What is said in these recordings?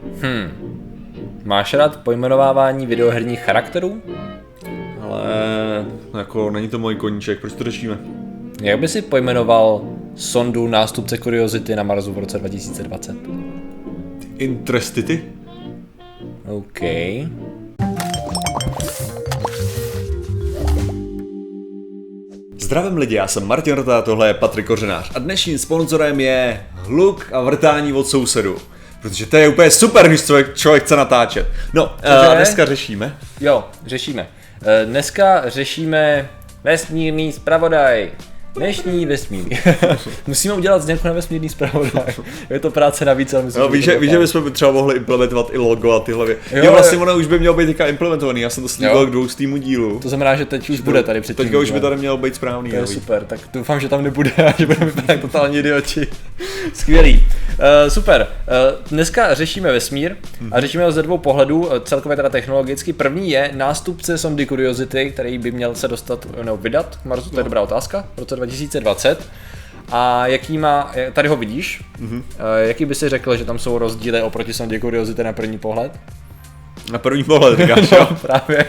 Máš rád pojmenovávání videoherních charakterů? Ale jako není to můj koníček, proč to řešíme? Jak by si pojmenoval sondu nástupce Curiosity na Marsu v roce 2020? Interestity? OK. Zdravím lidi, já jsem Martin Rota a tohle je Patrik Kořenář a dnešním sponzorem je hluk a vrtání od sousedu. Protože to je úplně super, když člověk chce natáčet. No, dneska řešíme. Jo, řešíme. Dneska řešíme vesmírný zpravodaj. Dnešní vesmír. Musíme udělat znělku na vesmírný zpravodaj. Je to práce navíc, ale myslím, víš, že bychom třeba mohli implementovat i logo a tyhle věci. Jo, vlastně ono už by mělo být teďka implementovaný, já jsem to slíbil k 200. dílu. To znamená, že teď už bude tady před tím. Teďka už by tady mělo být správný. To je super, tak doufám, že tam nebude a že budeme vypadat totální idioti. Skvělý. Super. Dneska řešíme vesmír a řešíme ho ze dvou pohledů, celkově teda technologicky. První je nástupce sondy Curiosity, který by měl se dostat, vydat k Marsu, to je dobrá otázka, v roce 2020. A jaký má, tady ho vidíš, jaký by si řekl, že tam jsou rozdíly oproti sondě Curiosity na první pohled? Na první pohled, říkáš, jo? Právě.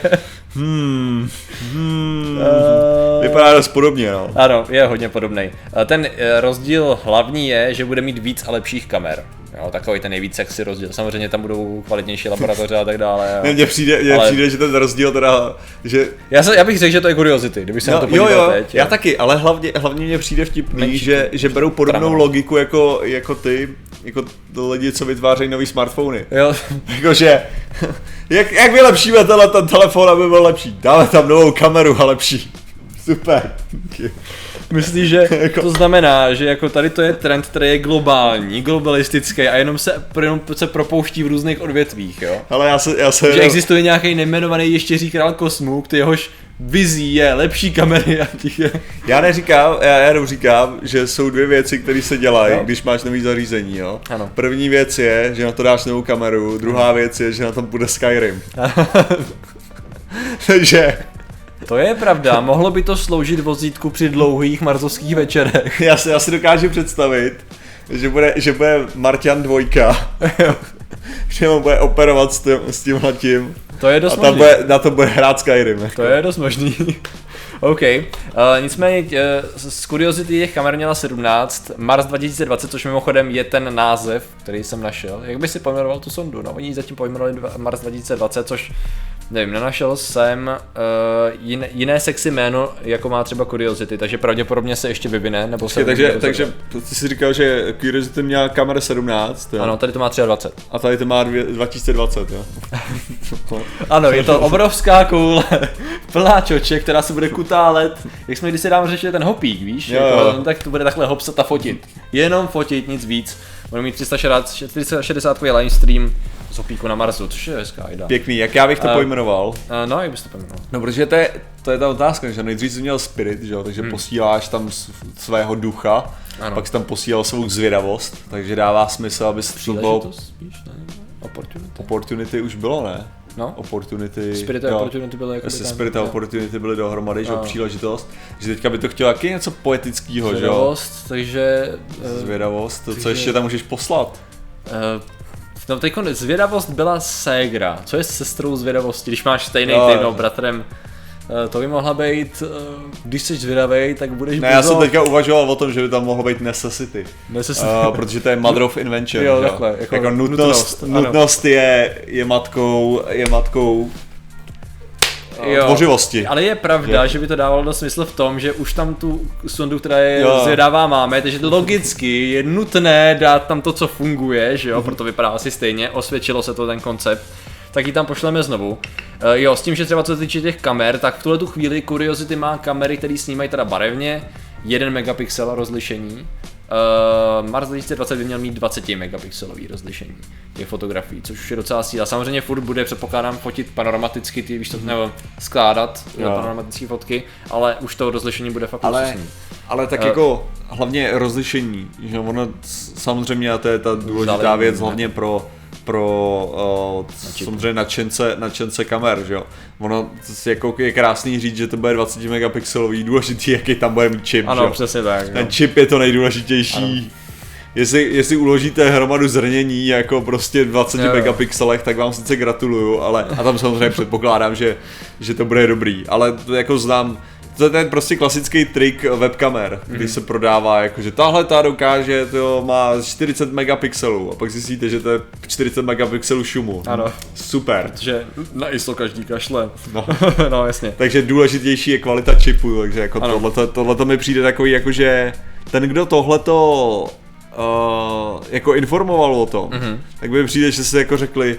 Vypadá dost podobně, no. Ano, je hodně podobný. Ten rozdíl hlavní je, že bude mít víc a lepších kamer. Jo, takový ten nejvíc sexy rozdíl. Samozřejmě tam budou kvalitnější laboratoře a tak dále. Mně přijde, že ten rozdíl teda, že... Já bych řekl, že to je Curiosity, kdybych se na to podíval teď. Já taky, ale hlavně mně přijde vtipný, že berou podobnou logiku jako ty, jako lidi, co vytvářejí nový smartfony. Jo. Jakože, jak vylepšíme ten telefon, aby byl lepší? Dáme tam novou kameru a lepší. Super. Myslíš, že to znamená, že jako tady to je trend, který je globalistický a jenom se propouští v různých odvětvích, jo? Ale já se že existuje nějaký nejmenovaný ještěří král kosmu, jehož vizí je lepší kamery a tiché. Já jenom říkám, že jsou dvě věci, které se dělají, když máš nový zařízení, jo? Ano. První věc je, že na to dáš novou kameru, druhá věc je, že na tom bude Skyrim. Takže... To je pravda, mohlo by to sloužit vozítku při dlouhých marsovských večerech. Já si dokážu představit, že bude Marťan 2, že on bude operovat s tímhletím. To je dost možný. Na to bude hrát Skyrim. Jako. To je dost možný. OK, nicméně z Curiosity těch kamer měla 17, Mars 2020, což mimochodem je ten název, který jsem našel. Jak by si pojmenoval tu sondu? No, oni zatím pojmenovali Mars 2020, což nevím, nenašel jsem jiné sexy jméno, jako má třeba Curiosity, takže pravděpodobně se ještě vyvine, nebo se... Takže ty jsi říkal, že Curiosity měla kamera 17, jo? Ano, tady to má 23. A tady to má 2020, jo? Ano, je to obrovská koule, plná čoček, která se bude kutálet. Jak jsme kdysi dávno řešili ten hopík, víš? Jo. Tak to bude takhle hopsat a fotit. Jenom fotit, nic víc. Bude mít 360 live stream z hopíku na Marsu, což je hezká idea. Pěkný, jak já bych to pojmenoval? No, jak bys to pojmenoval? No, protože to je ta otázka, že nejdřív jsi měl spirit, že jo, takže posíláš tam svého ducha, ano. Pak jsi tam posílal svou zvědavost, takže dává smysl, aby to bylo... spíš, ne? Opportunity už bylo, ne? No. Opportunity... Spirit a Opportunity byly jako Spirit a Opportunity byly dohromady, že jo, příležitost. Že teďka by to chtělo taky něco poetického, že jo? Zvědavost, takže... Zvědavost, co ještě tam můžeš poslat? No teď zvědavost byla ségra, co je s sestrou zvědavosti, když máš stejný tým, bratrem, to by mohla být, když jsi zvědavej, tak budeš Ne, já jsem teďka uvažoval o tom, že by tam mohlo být necessity. Protože to je mother of invention, jo, takhle, jako nutnost je matkou tvořivosti. Ale je pravda, že by to dávalo do smysl v tom, že už tam tu sondu, která je zvědavá, máme, takže logicky je nutné dát tam to, co funguje, že jo, proto vypadá asi stejně, osvědčilo se to ten koncept, tak ji tam pošleme znovu. S tím, že třeba co se týče těch kamer, tak v tuhle tu chvíli Curiosity má kamery, které snímají teda barevně, 1 megapixel rozlišení. Mars 2020 by měl mít 20 megapixelový rozlišení těch fotografií, což už je docela síla. Samozřejmě furt bude, předpokládám, fotit panoramaticky, ty víš to, nebo skládat panoramatické fotky, ale už to rozlišení bude fakt luxusní. Ale tak jako hlavně rozlišení, že ono samozřejmě, a to je ta důležitá věc, hlavně pro samozřejmě nadšence kamer, že jo. Ono jako je krásný říct, že to bude 20 megapixelový, důležitý, jaký tam bude mít čip, ano, že jo. Přesně tak. Ten čip je to nejdůležitější. jestli uložíte hromadu zrnění jako prostě v 20 megapixelech, tak vám sice gratuluju, ale a tam samozřejmě předpokládám, že to bude dobrý, ale to jako znám. To je ten prostě klasický trik webkamer, když se prodává, jakože tahle ta dokáže, to má 40 megapixelů a pak zjistíte, že to je 40 megapixelů šumu. Ano. Super. Protože na ISO každý kašle. No. No jasně. Takže důležitější je kvalita čipu, takže jako tohleto mi přijde takový, jakože ten, kdo tohleto jako informoval o tom, tak mi přijde, že si jako řekli,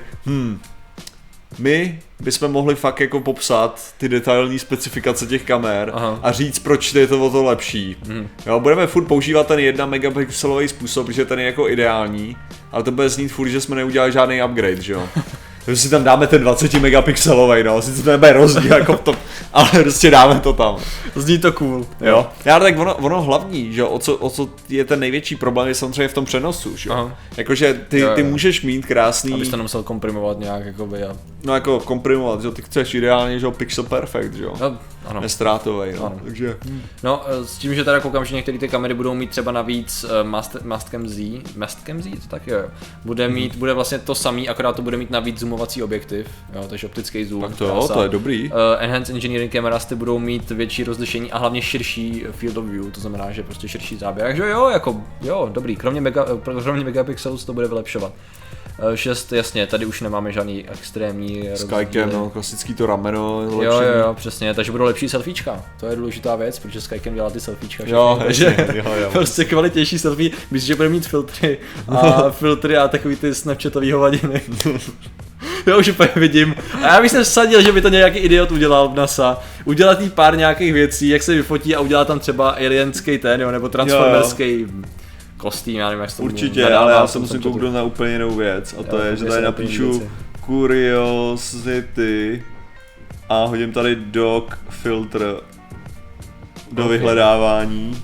my bychom mohli fakt jako popsat ty detailní specifikace těch kamer a říct, proč je to o to lepší. Jo, budeme furt používat ten 1 megapixelový způsob, že ten je jako ideální, ale to bude znít furt, že jsme neudělali žádný upgrade, že jo. Takže si tam dáme ten 20 megapixelový, no, sice to nebude rozdíl jako v tom, ale prostě dáme to tam. Zní to cool. Jo. Já tak ono hlavní, že o co je ten největší problém, je samozřejmě v tom přenosu, že jo. Jakože ty můžeš mít krásný... Abys to nemusel komprimovat nějak, jakoby No jako komprimovat, že ty chceš ideálně, že pixel perfect, že jo. No, ano. Nestrátovej, no. Ano. Takže... No, s tím, že teda koukám, že některé ty kamery budou mít třeba navíc Mastcam Z, to tak jo. Bude vlastně to samý, akorát to bude mít navíc zoomovací objektiv, jo, takže optický zoom. Tak to je dobrý. Enhanced Engineering cameras ty budou mít větší rozlišení a hlavně širší field of view, to znamená, že prostě širší záběr. Takže jo, dobrý, kromě megapixelů to bude vylepšovat. 6, jasně, tady už nemáme žádný extrémní Skycam, no, klasický to rameno je jo, přesně, takže budou lepší selfiečka, to je důležitá věc, protože Skycam dělá ty selfiečka. Jo, prostě kvalitější selfie, myslím, že bude mít filtry a takový ty snapchatový hovadiny. Já už úplně vidím. A já bych se vsadil, že by to nějaký idiot udělal v NASA. Udělat jí pár nějakých věcí, jak se vyfotí a udělá tam třeba alienský ten, jo, nebo transformerský kostým, já nevím, jak se to určitě, ale já se musím kouknout na úplně jinou věc a to je, že tady napíšu Curiosity a hodím tady dock filter do vyhledávání.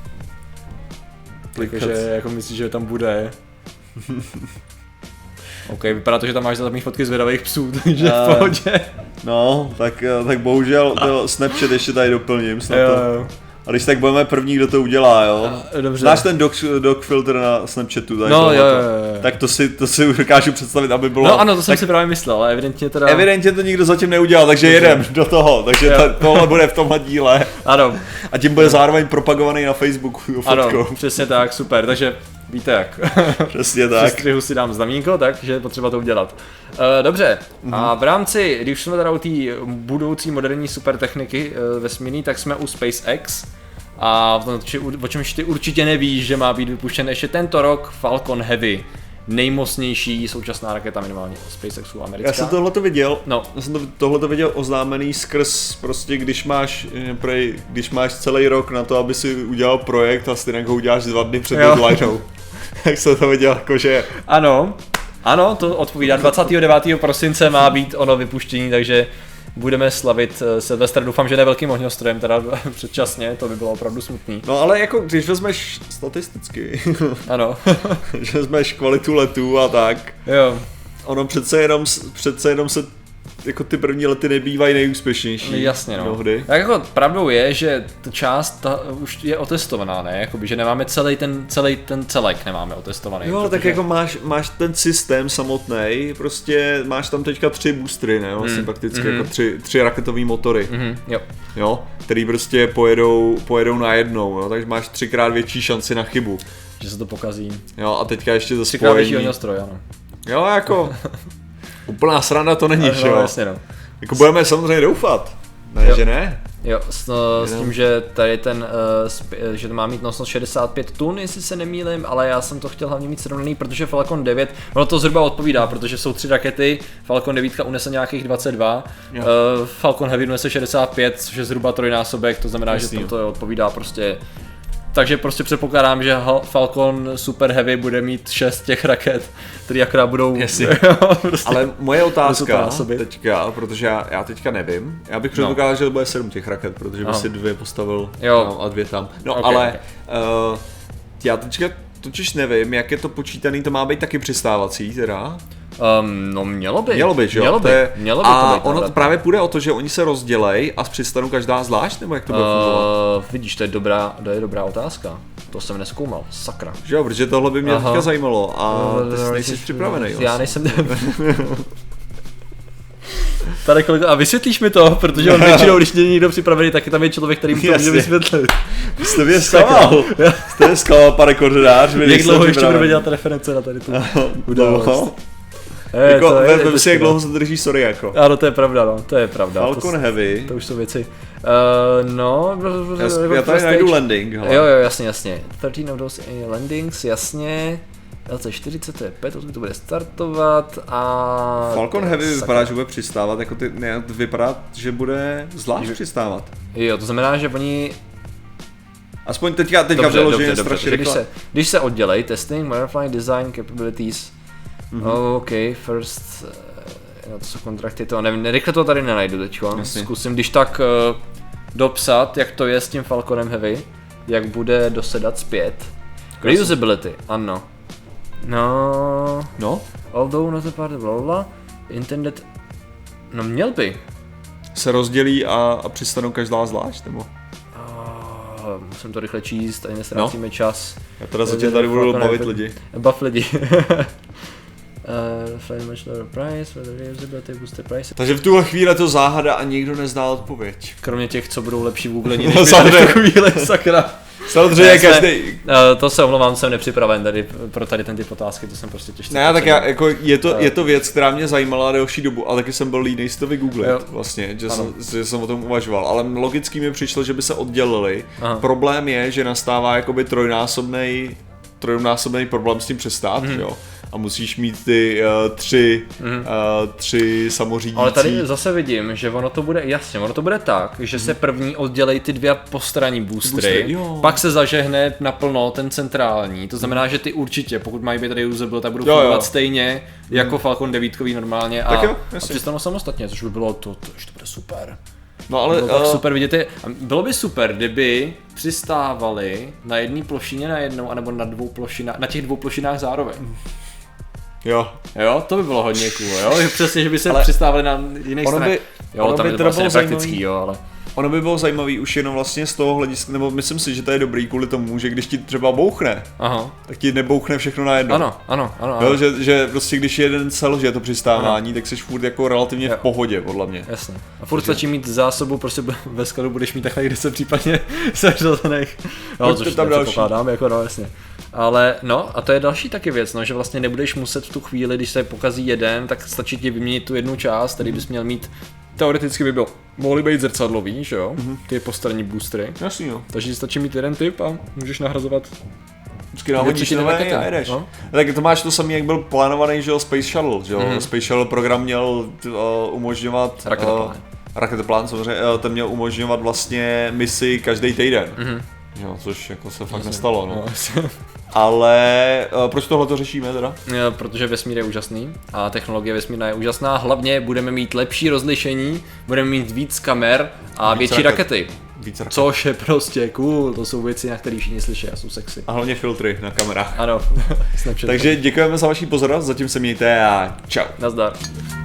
Takže jako myslíš, že tam bude. OK, vypadá to, že tam máš za fotky zvědavých psů, takže v pohodě. No, tak bohužel Snapchat ještě tady doplním snad to. A když tak budeme první, kdo to udělá, jo? Dobře. Znáš ten dock filter na Snapchatu? Tady no, jo. Tak to si dokážu představit, aby bylo... No ano, to jsem si právě myslel, ale evidentně teda... Evidentně to nikdo zatím neudělal, takže jedem do toho, takže tohle bude v tomhle díle. Ano. A tím bude zároveň propagovaný na Facebooku fotkou. Ano, přesně tak, super, takže víte jak. Přesně tak. Přestřihu si dám znamínko, takže je potřeba to udělat. Dobře, a v rámci, když jsme teda u té budoucí moderní super techniky vesmírný, tak jsme u SpaceX. A o čemž ty určitě nevíš, že má být vypuštěn ještě tento rok Falcon Heavy. Nejmocnější současná raketa minimálně SpaceXu americká. Já jsem tohleto viděl, no. tohleto viděl oznámený skrz prostě když máš celý rok na to, aby si udělal projekt a stejně ho uděláš 2 dny před deadlineou. Tak jsem to viděl jakože... Ano, to odpovídá. 29. prosince má být ono vypuštění, takže budeme slavit Silvestra. Doufám, že ne velkým ohňostrojem, teda předčasně, to by bylo opravdu smutný. No ale jako když vezmeš statisticky, ano. že vezmeš kvalitu letů a tak, jo. Ono přece jenom se jako ty první lety nebývají nejúspěšnější. Jasně, no. Mnohdy. Tak jako pravdou je, že ta část už je otestovaná, ne? Jakoby, že nemáme celý ten celek nemáme otestovaný. Jo, ale tak jako máš ten systém samotný, prostě máš tam teďka 3 boostery, ne? Vlastně prakticky jako 3 raketové motory. Jo, který prostě pojedou najednou, jo? Takže máš 3x větší šanci na chybu. Že se to pokazí. Jo, a teďka ještě to 3x větší ohňostroj, ano. Jo, jako úplná sranda to není, že jo? Jasně, no. Jako budeme samozřejmě doufat, ne, že ne? Jo, s tím, že tady že to má mít nosnost 65 tun, jestli se nemýlim, ale já jsem to chtěl hlavně mít srovnaný, protože Falcon 9, ono to zhruba odpovídá, protože jsou 3 rakety, Falcon 9 unese nějakých 22, Falcon Heavy unese 65, což je zhruba trojnásobek, to znamená, že to odpovídá prostě. Takže prostě předpokládám, že Falcon Super Heavy bude mít 6 těch raket, které akorát budou... prostě ale moje otázka teďka, protože já teďka nevím, já bych předpokládal, že to bude 7 těch raket, protože by si 2 postavil a 2 tam. No okay, ale já teďka totiž nevím, jak je to počítaný, to má být taky přistávací teda? No mělo by, že jo? Mělo by a ono právě půjde o to, že oni se rozdělej a přistanu každá zvlášť, nebo jak to bude fungovat? Vidíš, to je dobrá otázka. To jsem nezkoumal, sakra. Že jo, protože tohle by mě teďka zajímalo a ty nejsi připravený. Já nejsem... Tady kolega, a vysvětlíš mi to, protože on většinou, když není někdo připravený, tak tam je člověk, který mu to může vysvětlit. Jste mě zklamal, pane koordinář. Jak dlouho ještě budeme dělat reference na tady tu událost? Jako, vem si, jak dlouho se drží, sorry, jako. Ano, to je pravda, no, to je pravda. Falcon Heavy. To už jsou věci. No... Já tady najdu landing, hele. Jo, jasně. 13 of those landings, jasně. LC40, to je 5, to bude startovat a... Falcon Heavy vypadá, že bude přistávat, jako ty, ne, vypadá, že bude zvlášť přistávat. Jo, to znamená, že oni... Aspoň teďka vyloženě strašně rychle. Když se oddělej, testing, modify, design, capabilities, OK, first, to jsou kontrakty, to nevím, rychle to tady nenajdu teďko, zkusím když tak dopsat, jak to je s tím Falconem Heavy, jak bude dosedat zpět. Reusability, ano. No, although not a part of blah, intended, no měl by. Se rozdělí a přistanou každá zvlášť, nebo? Musím to rychle číst, ani nestrácíme čas. Já teda zatím tady budu bavit lidi. Bav lidi. Much lower price, reusability, booster price. Takže v tuhle chvíli to záhada a nikdo nezná odpověď. Kromě těch, co budou lepší v googlení, než v chvíli, sakra. Samozřejmě každý. To se omlouvám, jsem nepřipraven tady pro tady ten typ otázky, to jsem prostě těžce. Ne, tak já, jako je to věc, která mě zajímala delší dobu, ale taky jsem byl línej si to vygooglit vlastně, že jsem o tom uvažoval, ale logicky mi přišlo, že by se oddělili. Problém je, že nastává jakoby trojnásobný problém s tím přestát, jo. A musíš mít ty tři samořídící. Ale tady zase vidím, že ono to bude tak, že se první oddělej ty dvě postranní boostry, pak se zažehne naplno ten centrální, to znamená, že ty určitě, pokud mají být reusable, tak budou fungovat stejně jako Falcon 9 normálně a přistanou samostatně, což by bylo to bude super. No ale tak super vidět, bylo by super, kdyby přistávali na jedné plošině najednou, anebo na těch dvou plošinách zároveň. Jo, to by bylo hodně cool, jo, přesně, že by se přistávali na jiných stranách. Jo, tam by to bylo vlastně nepraktický, jo, ale... Ono by bylo zajímavý už jenom vlastně z toho hlediska, nebo myslím si, že to je dobrý kvůli tomu, že když ti třeba bouchne, tak ti nebouchne všechno najednou. Ano. Jo, že prostě když jeden selže to přistávání, tak jsi furt jako relativně v pohodě, podle mě. Jasně. A furt stačí mít zásobu, prostě ve skladu budeš mít takhle 10 případně seřazených. No, což tam předpokládám, jako jasně. Ale a to je další taky věc, že vlastně nebudeš muset v tu chvíli, když se pokazí jeden, tak stačí ti vyměnit tu jednu část, který bys měl mít. Teoreticky by mohly být zrcadlový, že jo? Ty postranní boostry. Jasný, jo. Takže ti stačí mít jeden typ a můžeš nahrazovat. Vždycky nahodíš nové a jedeš. Tak to máš to samý, jak byl plánovaný, že jo, Space Shuttle, že jo? Space Shuttle program měl umožňovat... Raketoplán, samozřejmě, ten měl umožňovat vlastně misi každý týden. Jo, což jako se fakt nestalo, no. Ale proč tohle to řešíme teda? Protože vesmír je úžasný a technologie vesmírná je úžasná, hlavně budeme mít lepší rozlišení, budeme mít víc kamer a větší rakety. Což je prostě cool, to jsou věci, na které všichni slyší a jsou sexy. A hlavně filtry na kamerách. Ano. Takže děkujeme za vaši pozornost, zatím se mějte a čau. Nazdar.